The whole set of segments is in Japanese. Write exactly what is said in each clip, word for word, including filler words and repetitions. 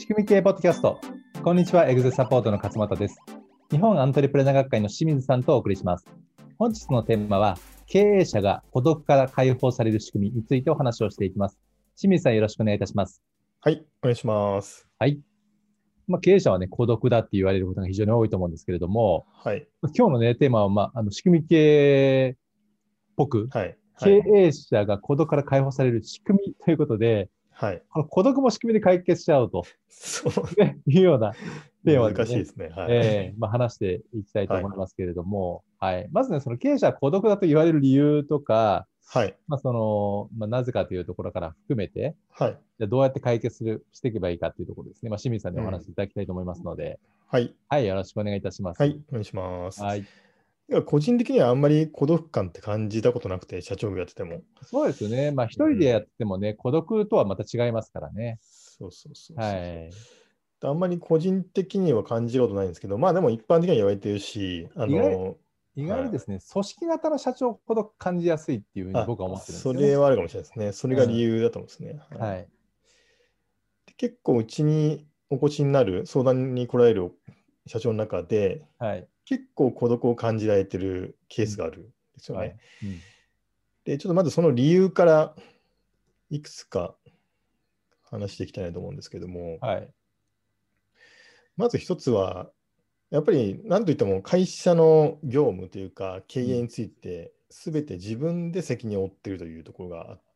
仕組み系ポッドキャスト。こんにちは、エグゼサポートの勝又です。日本アントレプレナー学会の清水さんとお送りします。本日のテーマは、経営者が孤独から解放される仕組みについてお話をしていきます。清水さん、よろしくお願いいたします。 はい、お願いします。 はい。まあ、経営者はね、孤独だって言われることが非常に多いと思うんですけれども、 はい、 今日のね、テーマは、まあ、あの仕組み系っぽく、 はい、は経い、 営者が孤独から解放される仕組みということで、 はい。 この孤独も仕組みで解決しちゃおうと、 そう、 ね、いうようなテーマでね、 難しいですね。はい。 えーまあ、話していきたいとはい、 思いますけれども、はい。まずね、その経営者は孤独だと言われる理由とか、 はい、 まあ、その、まあ、なぜかというところから含めて、 はい。 じゃあどうやって解決する、していけばいいかというところですね。まあ、清水さんにお話しうん。 いただきたいと思いますので、 はい、 はい、よろしくお願いいたします。 はい、お願いします。 はい。 いや個人的にはあんまり孤独感って感じたことなくて、社長業やってても。 そうですよね。まあ、一うん。 人でやってもね、孤独とはまた違いますからね。 そうそうそうはそうそう。 い。 あんまり個人的には感じることないんですけど、まあでも一般的には言われてるし、あ意外、 の、 意外にはい。 ですね、組織型の社長ほど感じやすいっていうふうにあ、 僕は思ってるんですよね。 それはあるかもしれないですね。それが理うん。 由だと思うんですね。はい。 はい。 で結構うちにお越しになる、相談に来られる社長の中で、 はい。 結構孤独を感じられてるケーうん。 スがあるんですよね。 はい。うん。 で、ちょっとまずその理由からいくつか話していきたいなと思うんですけども、 はい。 まず一つは、やっぱり何といっても会社の業務というか経うん。 営について全て自分で責任を負っているというところがあって、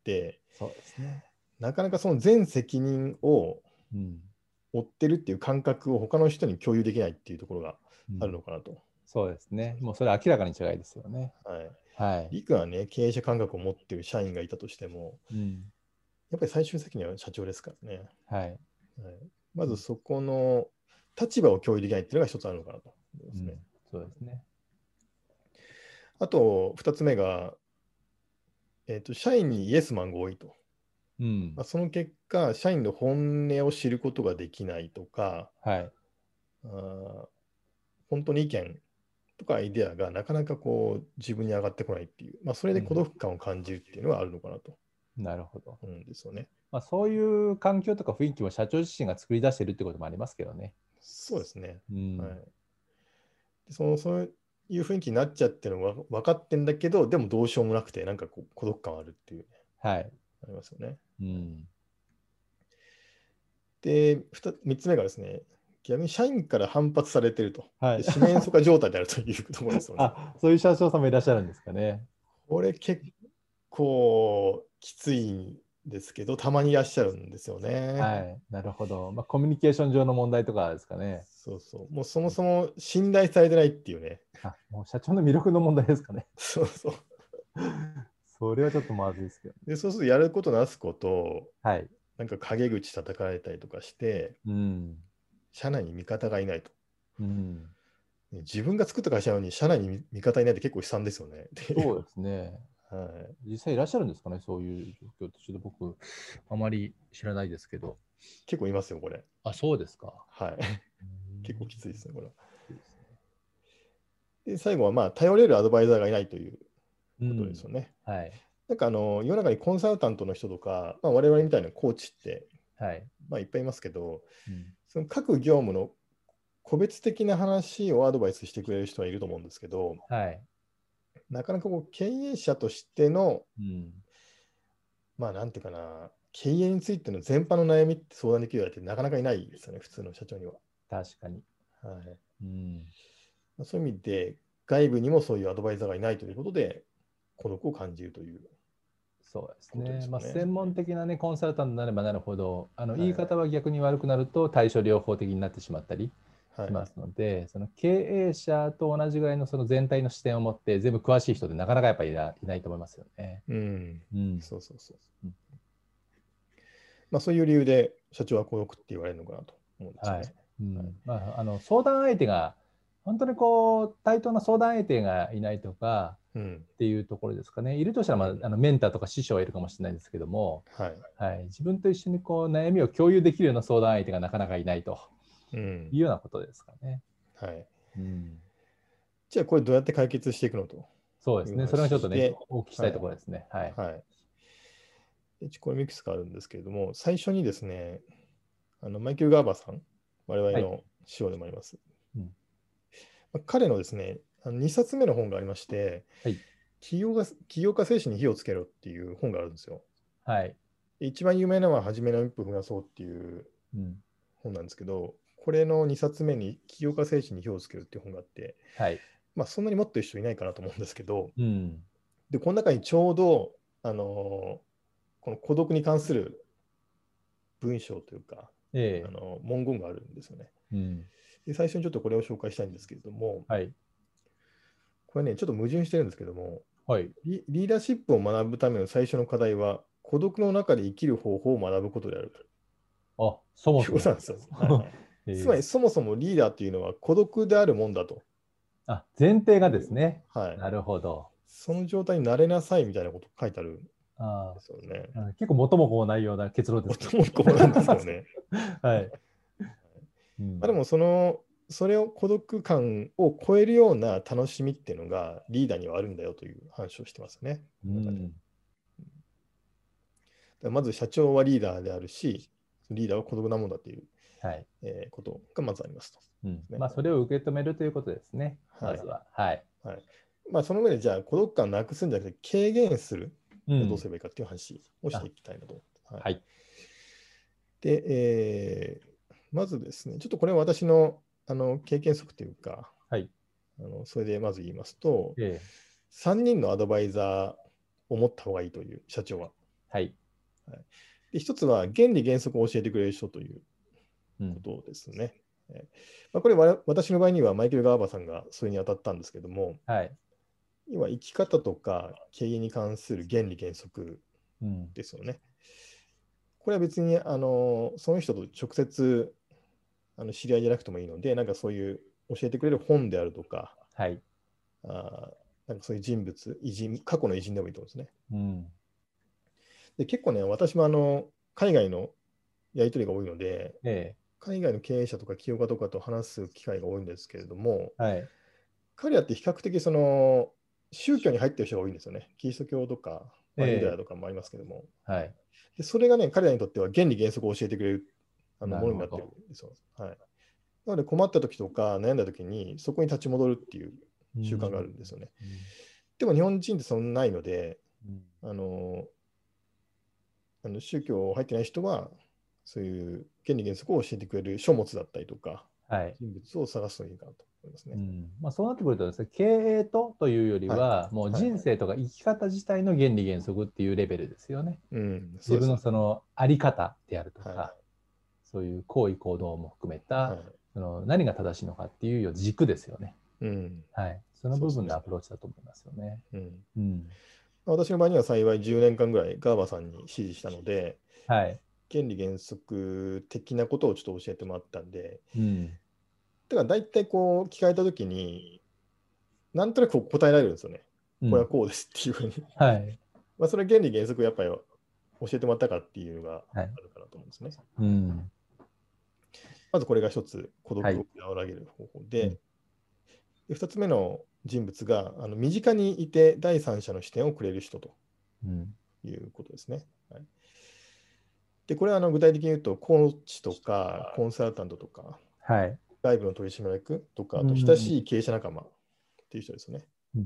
そうですね。 なかなかその全責任をうん。 負ってるっていう感覚を他の人に共有できないっていうところがうん。 あるのかなと。 そうですね。もうそれは明らかに違いですよね。 はい。 はい。 リクはね、経営者感覚を持っている社員がいたとしても、 うん。 やっぱり最終責任は社長ですからね。 はい。 はい、まうん。 ずそこの立場を共有できないっていうのが一つあるのかなと思いますね。 うん。そうですね。 あと二つ目が、えーと、社員にイエスマンが多いと。 うん。 まあ、その結果、社員の本音を知ることができないとか、 はい。 あ本当に意見とかアイデアがなかなかこう自分に上がってこないっていう、まあ、それで孤うん。 独感を感じるっていうのはあるのかなとなるほど。 思うんですよね。 まあ、そういう環境とか雰囲気も社長自身が作り出しているってこともありますけどね。 そうですね。 うん。 はい、でそのそういう雰囲気になっちゃってるのは分かってんだけど、でもどうしようもなくて、なんかこう孤独感あるっていうね、 はい。 ありますよね。 うん。 で、みっつめがですね、逆に社員から反発されてると。で、 はい。 四面楚歌状態であるというところですよね。 あ、そういう社長さんもいらっしゃるんですかね。 これ結構きついんですけど、たまにいらっしゃるんですよね。 はい。なるほど。まあ、コミュニケーション上の問題とかですかね。 そうそう。もうそもそも信頼されてないっていうね。 あ、もう社長の魅力の問題ですかね。 そうそう。 それはちょっとまずいですけど。 で、そうするとやることなすことを、 はい。 なんか陰口叩かれたりとかして、 うん。 社内に味方がいないと。 うん。 ね自分が作った会社なのに社内に味方いないって結構悲惨ですよね。っていう。 そうですね。 はい。 実際いらっしゃるんですかね、そういう状況って。ちょっと僕、あまり知らないですけど。 結構いますよ、これ。 あ、そうですか。 はい。 う結構きついですね、これは。 ん。いいですね。 で、最後は、まあ、頼れるアドバイザーがいないということでうん。 すよね。 はい。 なんか、あの、世の中にコンサルタントの人とか、まあ、我々みたいなコーチって、 はい。 まあ、いっぱいいますけど、 うん。 その各業務の個別的な話をアドバイスしてくれる人はいると思うんですけど、 はい。 なかなかこう経営者としての、 うん。 まあ、なんていうかな、経営についての全般の悩みって相談できるようってなかなかいないですよね、普通の社長には。 確かに。 はい。 うん。 まあ、そういう意味で、外部にもそういうアドバイザーがいないということで、孤独を感じるというそうですことでね。まあ、 すよね。 専門的な、ね、コンサルタントになればなるほど、あのはい。 言い方は逆に悪くなると対処療法的になってしまったりはい。 しますので、その経営者と同じぐらいのその全体の視点を持って全部詳しい人ってなかなかやっぱりいない、いないと思いますよね。 うん。 うん。 そうそうそう。 うん。 まあ、そういう理由で社長は孤独って言われるのかなと思うんですよはい。 ね。はい。 うん。まあ、あの相談相手が、本当にこう、対等な相談相手がいないとかうん。 っていうところですかね。いるとしたら、まあ、 うん。 あのメンターとか師匠はいるかもしれないですけども、 はい。 はい、自分と一緒にこう悩みを共有できるような相談相手がなかなかいないとうん。 いうようなことですかね。 はい。 うん、 じゃあ、これどうやって解決していくのというそうですね。それがちょっとね、 話で、 お聞きしたいとはい。 ころですね。はい。 はい。でこれミックスがあるんですけれども、最初にですね、 あのマイケル・ガーバーさん、我々 はい。 の師匠でもあります。 うん。 まあ彼のですね、あのにさつめの本がありまして、 はい。 起業が起業家精神に火をつけろっていう本があるんですよ。 はい。 で一番有名なのは、初めの一歩踏み出そうっていううん。 本なんですけど、これのにさつめに起業家精神に火をつけるっていう本があって、 はい。 まあ、そんなに持ってる人いないかなと思うんですけど、 うん。 で、この中にちょうど、あのーこの孤独に関する文章というか、あええ。 の文言があるんですよね。 うん。 で、最初にちょっとこれを紹介したいんですけれども、 はい。 これね、ちょっと矛盾してるんですけども、 はい。 リ、リーダーシップを学ぶための最初の課題は、孤独の中で生きる方法を学ぶことであるとあ、そもいうそも。 ことなんですよ。はいはい。つまり、 ええ。 そもそもリーダーっていうのは孤独であるもんだとあ、前提がいう、 ですね。 はい。 なるほど。 その状態になれなさいみたいなこと書いてあるんであすよね。 あ、結構元も子もないような結論ですけど。 元も子もなんですよね。 はい。うん。 まあ、でも、その、それを孤独感を超えるような楽しみっていうのがリーダーにはあるんだよという話をしてますね。 う中で。 ん。 まず社長はリーダーであるし、リーダーは孤独なものだという、 はい。 えーことがまずありますと。 うん。 ね。 まあ、それを受け止めるということですね。 はい。 まずは。はい。 はい。まあ、その上で、じゃあ、孤独感をなくすんじゃなくて、軽減するにはどううん。 すればいいかっていう話をしてあ、 いきたいなと。はい。 はい。 で、えーまずですね、ちょっとこれは私の、あの経験則というか、 はい。 あのそれでまず言いますと、 ええ。 さんにんのアドバイザーを持った方がいいという、社長は。 はい。 はい、で、一つは原理原則を教えてくれる人といううん。 ことですね。えーまあ、これは私の場合にはマイケル・ガーバーさんがそれに当たったんですけども、 はい。 要は生き方とか経営に関する原理原則うん。 ですよね。これは別にあのその人と直接あの知り合いじゃなくてもいいので、なんかそういう教えてくれる本であるとか、 はい。 あなんかそういう人物、偉人、過去の偉人でもいいと思うんですね。 うん。 で、結構ね、私もあの海外のやり取りが多いので、 ええ。 海外の経営者とか起業家とかと話す機会が多いんですけれども、 はい。 彼らって比較的その宗教に入ってる人が多いんですよね。キリスト教とか、まあ、ユダヤええ。 とかもありますけども。 はい。 で、それがね、彼らにとっては原理原則を教えてくれるあのものになってるなるほど。 んですよ。はい。なので困った時とか悩んだ時にそこに立ち戻るっていううん。 習慣があるんですよね。 うん。 でも日本人ってそんなないので、 うん。 あの、あの宗教入ってない人は、そういう原理原則を教えてくれる書物だったりとか、 はい。 人物を探すといいかなと思いますね。 うん。まあ、そうなってくるとですね、経営とというよりはい。 は、もうはい。 人生とか生き方自体の原理原則っていうレベルですよね。 うん、そ自分うですね。 のそのあり方であるとはい。 か、そういう行為行動も含めた、 はい。 その何が正しいのかっていうよ軸ですよね。 うん、 はい。その部分のそうですね。 アプローチだと思いますよね。 うん。 うん。 私の場合には幸いじゅうねんかんぐらいガーバさんに指示したので、 はい。 原理原則的なことをちょっと教えてもらったんで、 うん。 だから大体こう聞かれたときに、なんとなく答えられるんですよね。これはうん。 こうですっていうふうに。 はい。 まあそれ原理原則やっぱり教えてもらったかっていうのがはい。 あるかなと思うんですね。 うん。 まずこれが一つ孤はい。 独を和らげる方法うん。 で、で二つ目の人物があの身近にいて第三者の視点をくれる人とうん。 いうことですね。はい、で、これはあの具体的に言うと、コーチとかコンサルタントとか、 はい。 外部の取締役とか、あと親うん。 しい経営者仲間っていう人ですね。 うん。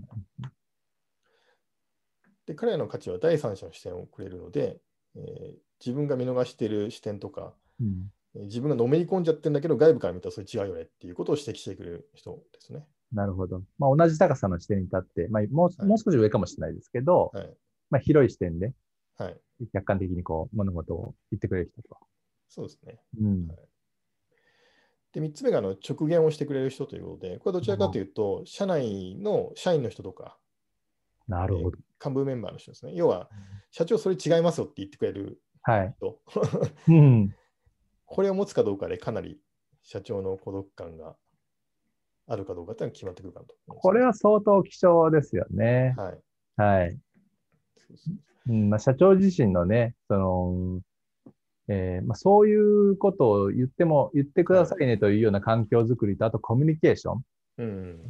で、彼らの価値は第三者の視点をくれるので、えー自分が見逃している視点とか、 うん。 えー自分がのめり込んじゃってるんだけど、外部から見たらそれ違うよねっていうことを指摘してくれる人ですね。 なるほど。まあ、同じ高さの視点に立って、まあ、もう、 はい。 もう少し上かもしれないですけど、 はい。 まあ、広い視点ではい。 客観的にこう物事を言ってくれる人と。 そうですね。 うん。 はい、で、みっつめがあの直言をしてくれる人ということで、これはどちらかというと、社内の社員の人とか、えーなるほど。 幹部メンバーの人ですね。要は、社長それ違いますよって言ってくれるはい。 人。 うん。 これを持つかどうかでかなり社長の孤独感があるかどうかっていうのが決まってくるかなと思うんですね。 これは相当貴重ですよね。 はい。 はい。 そうそううん、まあ、社長自身のね、その、えーまあ、そういうことを言っても、言ってくはい。 ださいねというような環境づくりと、あとコミュニケーション。 うん。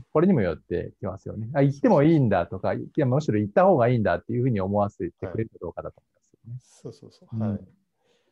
これにもよってきますよね。あ、言ってもそうそうそいいんだとか、いや、むしろ言った方がいいんだっていうふうに思わせう。はい。 てくれるかどうかだと思いますよね。 そうそうそう。 うん。 はい。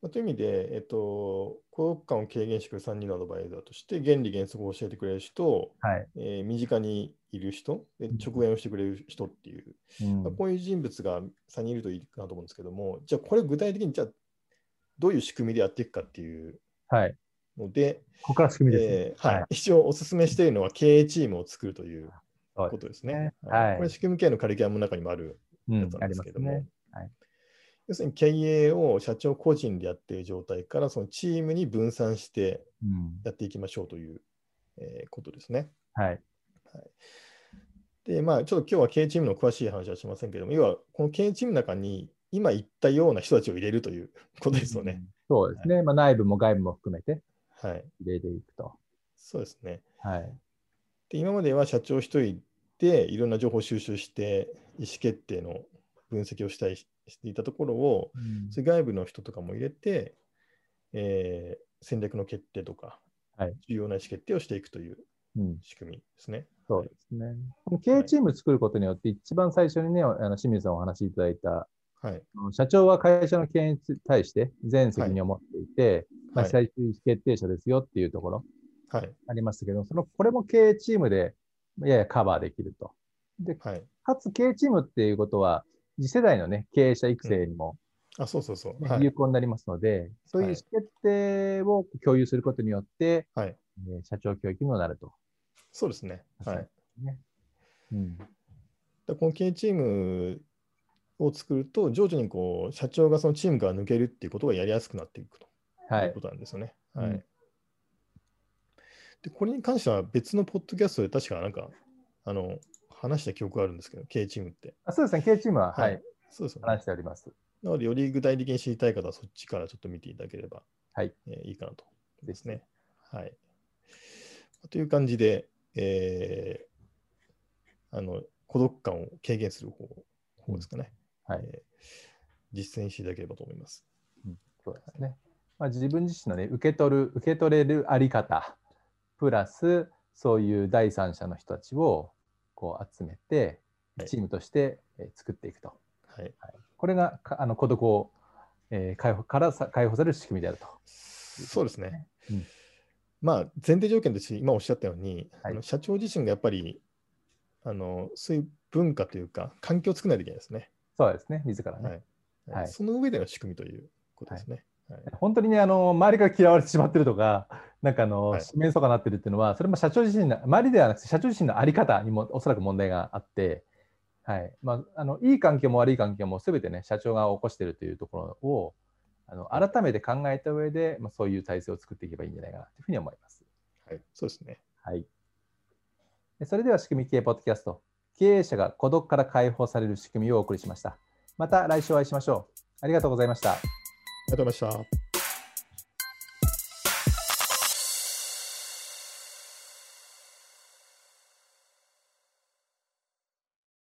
まあ、という意味で、えっと、孤独感を軽減してくれるさんにんのアドバイザーとして、原理原則を教えてくれる人、 はい。 えー身近にいる人、で直演をしてくれる人っていう、まあ、 うん。 こういう人物がさんにんいるといいかなと思うんですけども、じゃあこれ具体的にじゃあどういう仕組みでやっていくかっていうはい。 ので、 ここから仕組みですね。 えーははい。 い、一応お勧めしているのは経営チームを作るというそうでことですね。 すね。 はい、 はい。 これ仕組み系のカリキュラムの中にもあるうん。 やつなんでありますね。 すけれども、 はい。 要するに経営を社長個人でやっている状態からそのチームに分散してうん。 やっていきましょうという、えーことですね。 はい。 はい、で、まあ、ちょっと今日は経営チームの詳しい話はしませんけれども、要はこの経営チームの中に今言ったような人たちを入れるということですよね。 うん、そうですね。まあ、内部も外部も含めてはい。はい、 入れていくと。 そうですね。 はい。 で、今までは社長一人でいろんな情報を収集して意思決定の分析をしたりしていたところを、 うん、 そういう外部の人とかも入れて、えー戦略の決定とか、 はい。 重要な意思決定をしていくといううん。 仕組みですね。 そうですね。この経営チームを作ることによって、一番最初にね、あの清水さんお話しいただいた、 はい。 社長は会社の経営に対して全責任を持っていて、まあ、 はい。 最終意思決定者ですよっていうところはい。 ありましたけど、その、これも経営チームでややカバーできると。で、 はい。 かつ経営チームっていうことは、次世代のね、経営者育うん。 成にも、 あ、そうそうそう。 ね、 はい。 有効になりますので、そういうはい。 意思決定を共有することによって、 はい。 えー社長教育にもなると。 そうですね。はい。 ね。うん。 でこの経営チームを作ると、徐々にこう社長がそのチームから抜けるっていうことがやりやすくなっていくとはい。 いうことなんですよね。 うん、 はい。で、これに関しては別のポッドキャストで確かなんか、あの、話した記憶があるんですけど、経営チームって。 あ、そうですね。経営チームは、 はい。 はい、 そうですよね。 話しております。 なので、より具体的に知りたい方はそっちからちょっと見ていただければ、 はい。 えーいいかなと思いぜひ。 ますね。はい。という感じで、えーあの孤独感を軽減する方法ですかね、 うん、はい、 えー実践していただければと思います。 うん、そうですね。まあ、自分自身のね、受け取る、受け取れるあり方、プラス、そういう第三者の人たちをこう集めて、チームとして作っていくと。 はい。 はい、これがあの孤独を、えー、解放から解放される仕組みであると。 そうですね。 うん、 まあ、前提条件として今おっしゃったように、 はい、 あの社長自身がやっぱりあのそういう文化というか、環境を作らないといけないですね。 そうですね、自らね。 はいはい、 その上での仕組みということですね。 はい、本当にね、あの周りから嫌われてしまってるとか、なんかあの、四面楚歌になってるっていうのは、それも社長自身の、周りではなくて、社長自身の在り方にもおそらく問題があって、はいまあ、あのいい環境も悪い環境もすべてね、社長が起こしているというところを、あの改めて考えた上で、まあ、そういう体制を作っていけばいいんじゃないかなというふうに思います。 はい、そうですね。 はい。それでは、仕組み系ポッドキャスト、経営者が孤独から解放される仕組みをお送りしました。また来週お会いしましょう。ありがとうございました。ありがとうございました。